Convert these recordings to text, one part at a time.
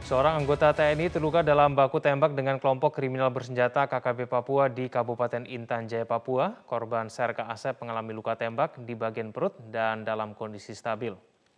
Seorang anggota TNI terluka dalam baku tembak dengan kelompok kriminal bersenjata KKB Papua di Kabupaten Intan Jaya, Papua. Korban Serka Asep mengalami luka tembak di bagian perut dan dalam kondisi stabil.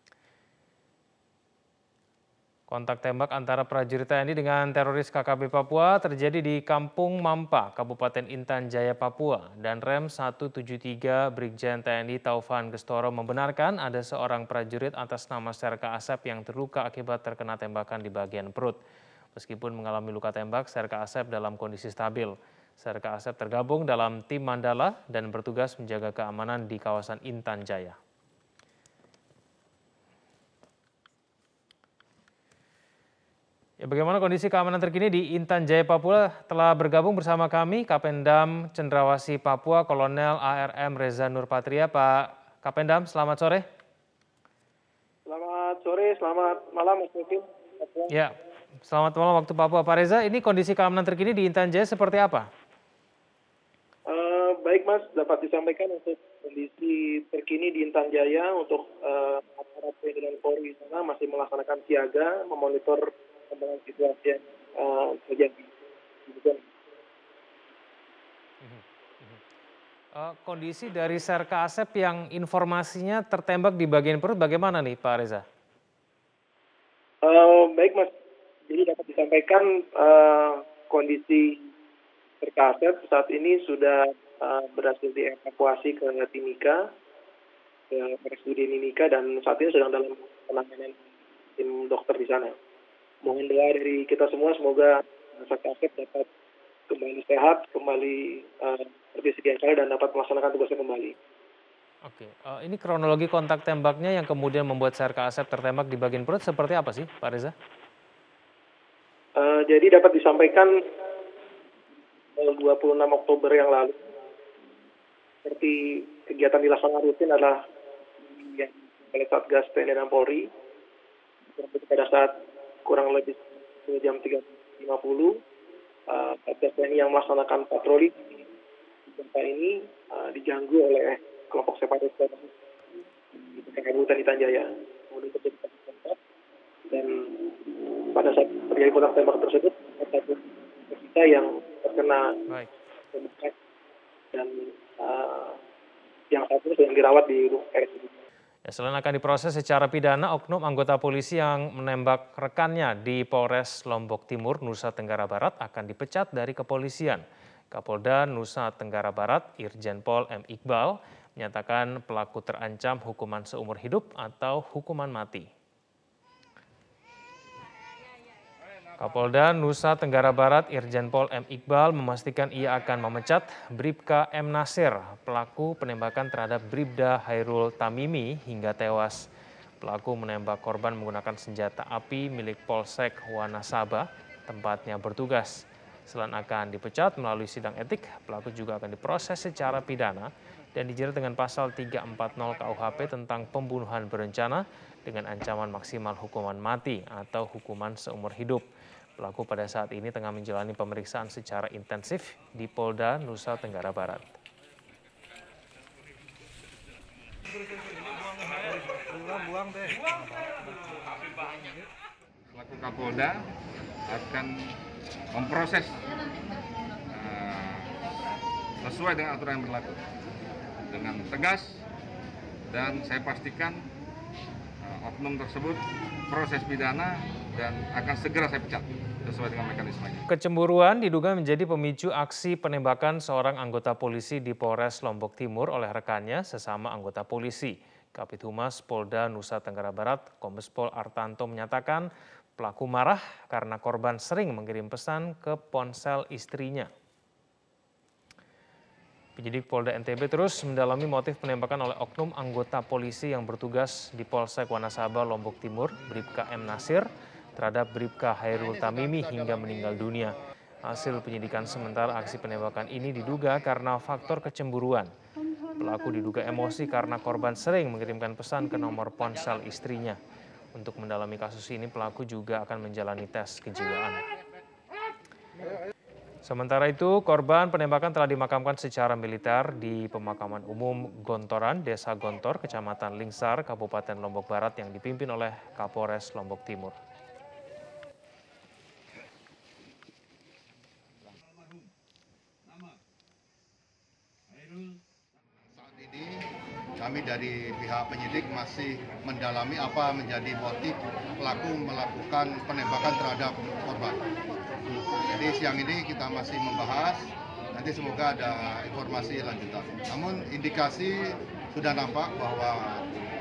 Kontak tembak antara prajurit TNI dengan teroris KKB Papua terjadi di Kampung Mampa, Kabupaten Intan Jaya, Papua. Dan Rem 173 Brigjen TNI Taufan Gestoro membenarkan ada seorang prajurit atas nama Serka Asep yang terluka akibat terkena tembakan di bagian perut. Meskipun mengalami luka tembak, Serka Asep dalam kondisi stabil. Serka Asep tergabung dalam tim Mandala dan bertugas menjaga keamanan di kawasan Intan Jaya. Ya, bagaimana kondisi keamanan terkini di Intan Jaya, Papua? Telah bergabung bersama kami Kapendam Cendrawasih Papua Kolonel ARM Reza Nurpatria. Pak Kapendam, selamat sore. Selamat sore, selamat malam Mas Kevin. Ya, selamat malam waktu Papua. Pak Reza, ini kondisi keamanan terkini di Intan Jaya seperti apa? Baik Mas, dapat disampaikan untuk kondisi terkini di Intan Jaya untuk aparat TNI dan Polri di sana masih melaksanakan siaga, memonitor perkembangan situasi yang terjadi. Kondisi dari Serka Asep yang informasinya tertembak di bagian perut bagaimana nih Pak Reza? Baik Mas, jadi dapat disampaikan kondisi terkasep saat ini sudah berhasil dievakuasi ke Timika, ke RSUD Mimika, dan saat ini sedang dalam penanganan tim dokter di sana. Mohon doa dari kita semua semoga Serka Asep dapat kembali sehat, kembali seperti sedia kala dan dapat melaksanakan tugasnya kembali. Oke, ini kronologi kontak tembaknya yang kemudian membuat Serka Asep tertembak di bagian perut seperti apa sih Pak Reza? Jadi dapat disampaikan 26 Oktober yang lalu, seperti kegiatan dilaksanakan rutin adalah yang oleh Satgas TNI dan Polri. Pada saat kurang lebih jam 3.50, Satgas TNI yang melaksanakan patroli di tempat ini diganggu oleh kelompok separatis di Kabupaten Intan Jaya. Kemudian terjadi kontak tembak, dan pada saat terjadi kontak tembak tersebut, satu kita yang terkena tembak dan yang satu sedang dirawat di RSUD. Ya, selain akan diproses secara pidana, oknum anggota polisi yang menembak rekannya di Polres Lombok Timur, Nusa Tenggara Barat akan dipecat dari kepolisian. Kapolda Nusa Tenggara Barat, Irjen Pol M. Iqbal, menyatakan pelaku terancam hukuman seumur hidup atau hukuman mati. Kapolda Nusa Tenggara Barat Irjen Pol M. Iqbal memastikan ia akan memecat Bribka M. Nasir, pelaku penembakan terhadap Bribda Hairul Tamimi hingga tewas. Pelaku menembak korban menggunakan senjata api milik Polsek Wanasaba, tempatnya bertugas. Selain akan dipecat melalui sidang etik, pelaku juga akan diproses secara pidana dan dijerat dengan pasal 340 KUHP tentang pembunuhan berencana dengan ancaman maksimal hukuman mati atau hukuman seumur hidup. Pelaku pada saat ini tengah menjalani pemeriksaan secara intensif di Polda Nusa Tenggara Barat. Selaku Kapolda akan memproses sesuai dengan aturan yang berlaku dengan tegas, dan saya pastikan oknum tersebut proses pidana dan akan segera saya pecat sesuai dengan mekanismenya. Kecemburuan diduga menjadi pemicu aksi penembakan seorang anggota polisi di Polres Lombok Timur oleh rekannya sesama anggota polisi. Kabid Humas Polda Nusa Tenggara Barat, Kombes Pol Artanto menyatakan pelaku marah karena korban sering mengirim pesan ke ponsel istrinya. Penyidik Polda NTB terus mendalami motif penembakan oleh oknum anggota polisi yang bertugas di Polsek Wanasaba, Lombok Timur, Bribka M. Nasir, terhadap Bribka Hairul Tamimi hingga meninggal dunia. Hasil penyidikan sementara aksi penembakan ini diduga karena faktor kecemburuan. Pelaku diduga emosi karena korban sering mengirimkan pesan ke nomor ponsel istrinya. Untuk mendalami kasus ini, pelaku juga akan menjalani tes kejiwaan. Sementara itu, korban penembakan telah dimakamkan secara militer di Pemakaman Umum Gontoran, Desa Gontor, Kecamatan Lingsar, Kabupaten Lombok Barat yang dipimpin oleh Kapolres Lombok Timur. kami dari pihak penyidik masih mendalami apa menjadi motif pelaku melakukan penembakan terhadap korban. Jadi siang ini kita masih membahas, nanti semoga ada informasi lanjutan. Namun indikasi sudah nampak bahwa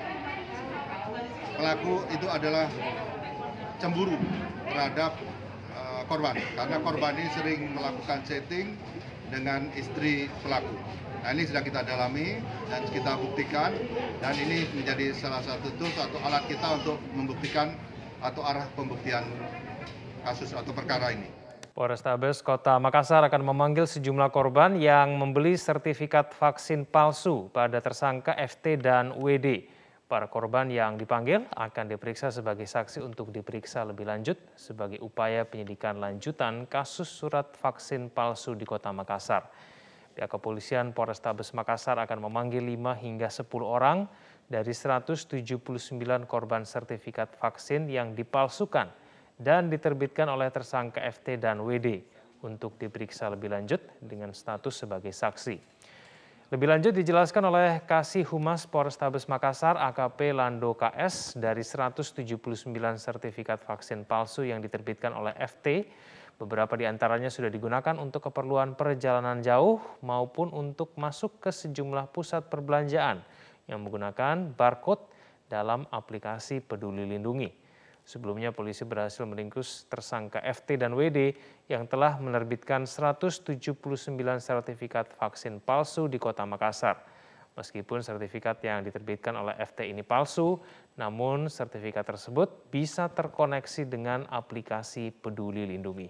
pelaku itu adalah cemburu terhadap korban, karena korban ini sering melakukan chatting dengan istri pelaku. Nah, ini sedang kita dalami dan kita buktikan, dan ini menjadi salah satu tools atau alat kita untuk membuktikan atau arah pembuktian kasus atau perkara ini. Polrestabes Kota Makassar akan memanggil sejumlah korban yang membeli sertifikat vaksin palsu pada tersangka FT dan WD. Para korban yang dipanggil akan diperiksa sebagai saksi untuk diperiksa lebih lanjut sebagai upaya penyidikan lanjutan kasus surat vaksin palsu di Kota Makassar. Pihak kepolisian Polrestabes Makassar akan memanggil 5 hingga 10 orang dari 179 korban sertifikat vaksin yang dipalsukan dan diterbitkan oleh tersangka FT dan WD untuk diperiksa lebih lanjut dengan status sebagai saksi. Lebih lanjut dijelaskan oleh Kasih Humas Polrestabes Makassar AKP Lando KS, dari 179 sertifikat vaksin palsu yang diterbitkan oleh FT, beberapa di antaranya sudah digunakan untuk keperluan perjalanan jauh maupun untuk masuk ke sejumlah pusat perbelanjaan yang menggunakan barcode dalam aplikasi Peduli Lindungi. Sebelumnya polisi berhasil meringkus tersangka FT dan WD yang telah menerbitkan 179 sertifikat vaksin palsu di Kota Makassar. Meskipun sertifikat yang diterbitkan oleh FT ini palsu, namun sertifikat tersebut bisa terkoneksi dengan aplikasi Peduli Lindungi.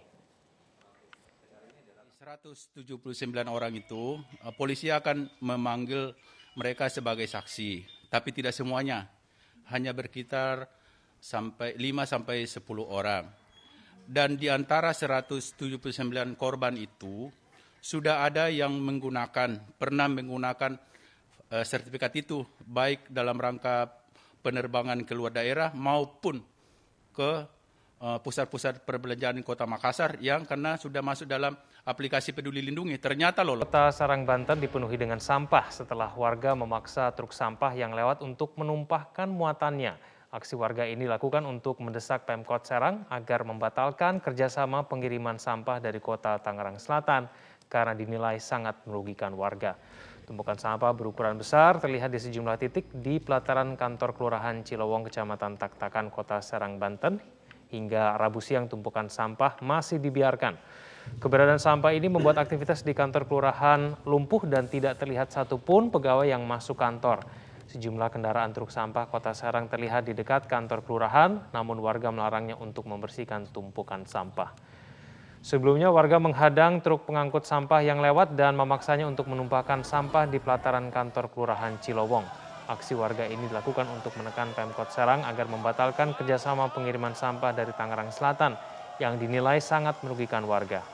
179 orang itu, polisi akan memanggil mereka sebagai saksi, tapi tidak semuanya, hanya berkitar 5-10 orang. Dan di antara 179 korban itu, sudah ada yang pernah menggunakan sertifikat itu, baik dalam rangka penerbangan ke luar daerah maupun ke pusat-pusat perbelanjaan di Kota Makassar yang karena sudah masuk dalam aplikasi Peduli Lindungi, ternyata lolos. Kota Serang, Banten dipenuhi dengan sampah setelah warga memaksa truk sampah yang lewat untuk menumpahkan muatannya. Aksi warga ini dilakukan untuk mendesak Pemkot Serang agar membatalkan kerjasama pengiriman sampah dari Kota Tangerang Selatan karena dinilai sangat merugikan warga. Tumpukan sampah berukuran besar terlihat di sejumlah titik di pelataran kantor Kelurahan Cilowong, Kecamatan Tak-Takan, Kota Serang, Banten. Hingga Rabu siang tumpukan sampah masih dibiarkan. Keberadaan sampah ini membuat aktivitas di kantor kelurahan lumpuh dan tidak terlihat satupun pegawai yang masuk kantor. Sejumlah kendaraan truk sampah Kota Serang terlihat di dekat kantor kelurahan, namun warga melarangnya untuk membersihkan tumpukan sampah. Sebelumnya warga menghadang truk pengangkut sampah yang lewat dan memaksanya untuk menumpahkan sampah di pelataran kantor Kelurahan Cilowong. Aksi warga ini dilakukan untuk menekan Pemkot Serang agar membatalkan kerjasama pengiriman sampah dari Tangerang Selatan yang dinilai sangat merugikan warga.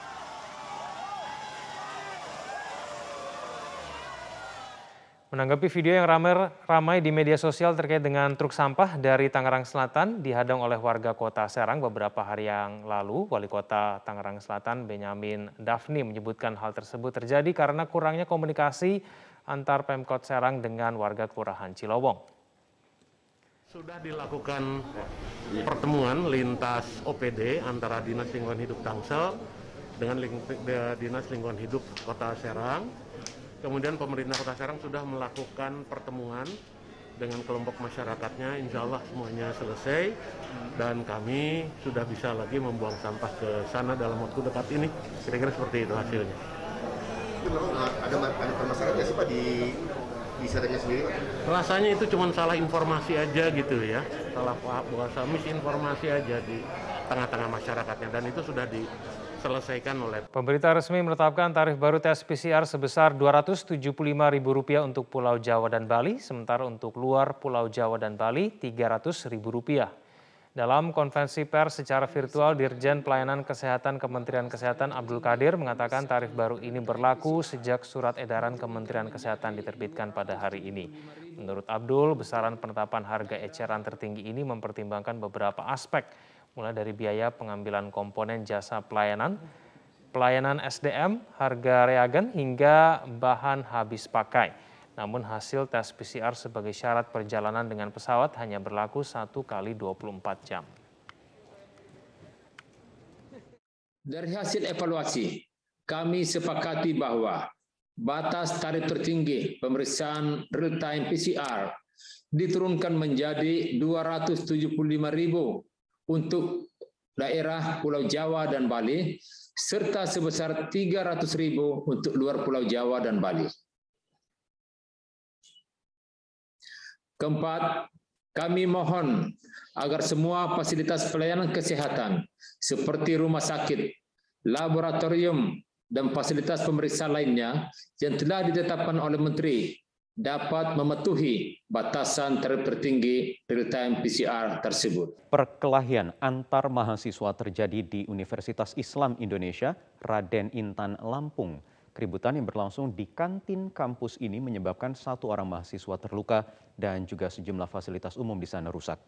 Menanggapi video yang ramai di media sosial terkait dengan truk sampah dari Tangerang Selatan dihadang oleh warga Kota Serang beberapa hari yang lalu, Wali Kota Tangerang Selatan Benyamin Daphni menyebutkan hal tersebut terjadi karena kurangnya komunikasi antar Pemkot Serang dengan warga Kelurahan Cilowong. Sudah dilakukan pertemuan lintas OPD antara Dinas Lingkungan Hidup Tangsel dengan Dinas Lingkungan Hidup Kota Serang. Kemudian pemerintah Kota Serang sudah melakukan pertemuan dengan kelompok masyarakatnya, insya Allah semuanya selesai dan kami sudah bisa lagi membuang sampah ke sana dalam waktu dekat ini. Kira-kira seperti itu hasilnya. Itu memang ada permasalahan nggak sih Pak di Serangnya sendiri Pak? Rasanya itu cuma salah informasi aja gitu ya, salah bahasa misinformasi aja di tengah-tengah masyarakatnya dan itu sudah diselesaikan oleh. Pemerintah resmi menetapkan tarif baru tes PCR sebesar Rp275.000 untuk Pulau Jawa dan Bali, sementara untuk luar Pulau Jawa dan Bali Rp300.000. Dalam konferensi pers secara virtual, Dirjen Pelayanan Kesehatan Kementerian Kesehatan Abdul Qadir mengatakan tarif baru ini berlaku sejak surat edaran Kementerian Kesehatan diterbitkan pada hari ini. Menurut Abdul, besaran penetapan harga eceran tertinggi ini mempertimbangkan beberapa aspek, mulai dari biaya pengambilan komponen jasa pelayanan SDM, harga reagen, hingga bahan habis pakai. Namun hasil tes PCR sebagai syarat perjalanan dengan pesawat hanya berlaku 1 kali 24 jam. Dari hasil evaluasi, kami sepakati bahwa batas tarif tertinggi pemeriksaan real-time PCR diturunkan menjadi 275.000 untuk daerah Pulau Jawa dan Bali, serta sebesar 300.000 untuk luar Pulau Jawa dan Bali. Keempat, kami mohon agar semua fasilitas pelayanan kesehatan seperti rumah sakit, laboratorium, dan fasilitas pemeriksaan lainnya yang telah ditetapkan oleh Menteri dapat mematuhi batasan tarif tertinggi real-time PCR tersebut. Perkelahian antar mahasiswa terjadi di Universitas Islam Indonesia, Raden Intan, Lampung. Keributan yang berlangsung di kantin kampus ini menyebabkan 1 orang mahasiswa terluka dan juga sejumlah fasilitas umum di sana rusak.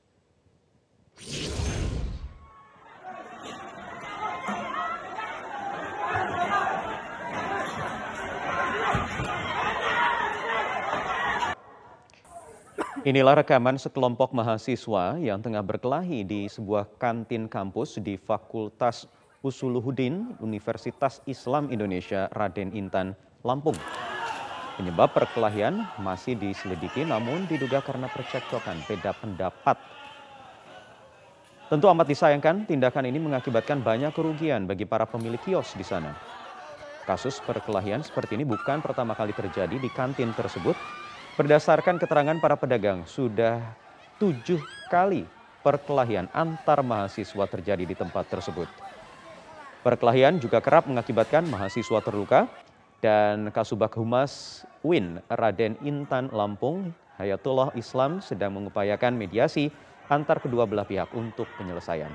Inilah rekaman sekelompok mahasiswa yang tengah berkelahi di sebuah kantin kampus di Fakultas Usuluddin Universitas Islam Indonesia Raden Intan, Lampung. Penyebab perkelahian masih diselidiki namun diduga karena percekcokan beda pendapat. Tentu amat disayangkan tindakan ini mengakibatkan banyak kerugian bagi para pemilik kios di sana. Kasus perkelahian seperti ini bukan pertama kali terjadi di kantin tersebut. Berdasarkan keterangan para pedagang, sudah 7 kali perkelahian antar mahasiswa terjadi di tempat tersebut. Perkelahian juga kerap mengakibatkan mahasiswa terluka dan Kasubag Humas UIN Raden Intan Lampung, Hayatullah Islam sedang mengupayakan mediasi antar kedua belah pihak untuk penyelesaian.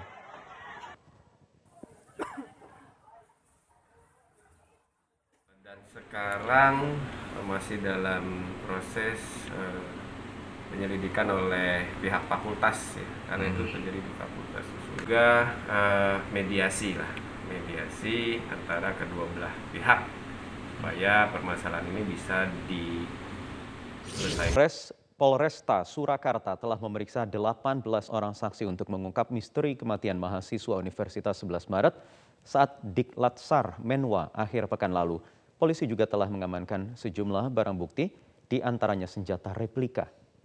Dan sekarang masih dalam proses penyelidikan oleh pihak fakultas ya, karena itu terjadi di fakultas. Juga mediasi antara kedua belah pihak supaya permasalahan ini bisa diselesaikan. Polresta Surakarta telah memeriksa 18 orang saksi untuk mengungkap misteri kematian mahasiswa Universitas 11 Maret saat Diklatsar Menwa akhir pekan lalu. Polisi juga telah mengamankan sejumlah barang bukti, di antaranya senjata replika.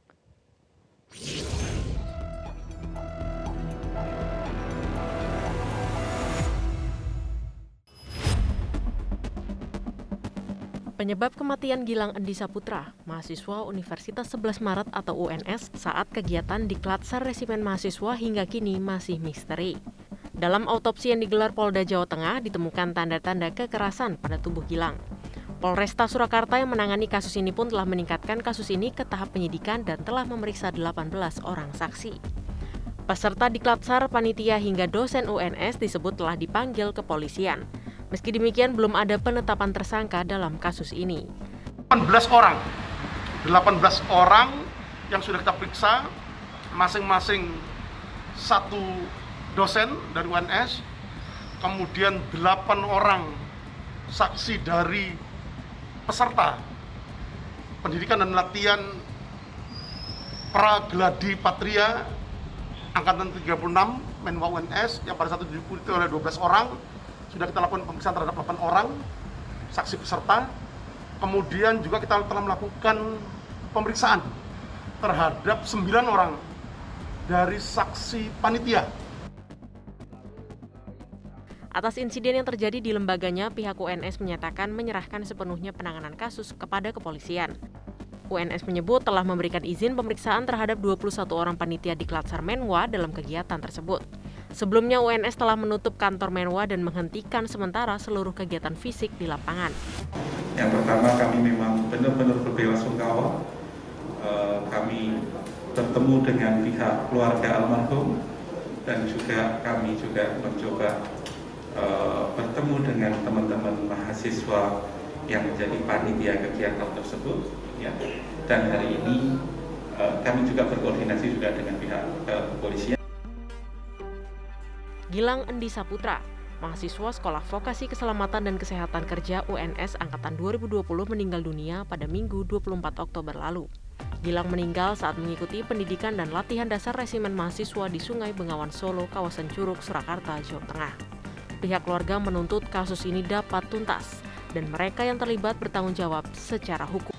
Penyebab kematian Gilang Endi Saputra, mahasiswa Universitas 11 Maret atau UNS saat kegiatan Diklatsar Resimen Mahasiswa hingga kini masih misteri. Dalam autopsi yang digelar Polda Jawa Tengah ditemukan tanda-tanda kekerasan pada tubuh Gilang. Polresta Surakarta yang menangani kasus ini pun telah meningkatkan kasus ini ke tahap penyidikan dan telah memeriksa 18 orang saksi. Peserta Diklatsar, panitia hingga dosen UNS disebut telah dipanggil kepolisian. Meski demikian belum ada penetapan tersangka dalam kasus ini. 18 orang yang sudah kita periksa, masing-masing 1 dosen dari UNS, kemudian 8 orang saksi dari peserta pendidikan dan latihan Pragladi Patria Angkatan 36 Menwa UNS yang pada saat itu diikuti oleh 12 orang. Sudah kita lakukan pemeriksaan terhadap 8 orang saksi peserta. Kemudian juga kita telah melakukan pemeriksaan terhadap 9 orang dari saksi panitia. Atas insiden yang terjadi di lembaganya, pihak UNS menyatakan menyerahkan sepenuhnya penanganan kasus kepada kepolisian. UNS menyebut telah memberikan izin pemeriksaan terhadap 21 orang panitia Diklatsar Menwa dalam kegiatan tersebut. Sebelumnya UNS telah menutup kantor Menwa dan menghentikan sementara seluruh kegiatan fisik di lapangan. Yang pertama, kami memang benar-benar berbelasungkawa. Kami bertemu dengan pihak keluarga almarhum dan juga kami juga mencoba bertemu dengan teman-teman mahasiswa yang menjadi panitia kegiatan tersebut, ya. Dan hari ini kami juga berkoordinasi juga dengan pihak kepolisian. Gilang Endi Saputra, mahasiswa Sekolah Vokasi Keselamatan dan Kesehatan Kerja UNS Angkatan 2020 meninggal dunia pada Minggu 24 Oktober lalu. Gilang meninggal saat mengikuti pendidikan dan latihan dasar resimen mahasiswa di Sungai Bengawan Solo, kawasan Curug, Surakarta, Jawa Tengah. Pihak keluarga menuntut kasus ini dapat tuntas dan mereka yang terlibat bertanggung jawab secara hukum.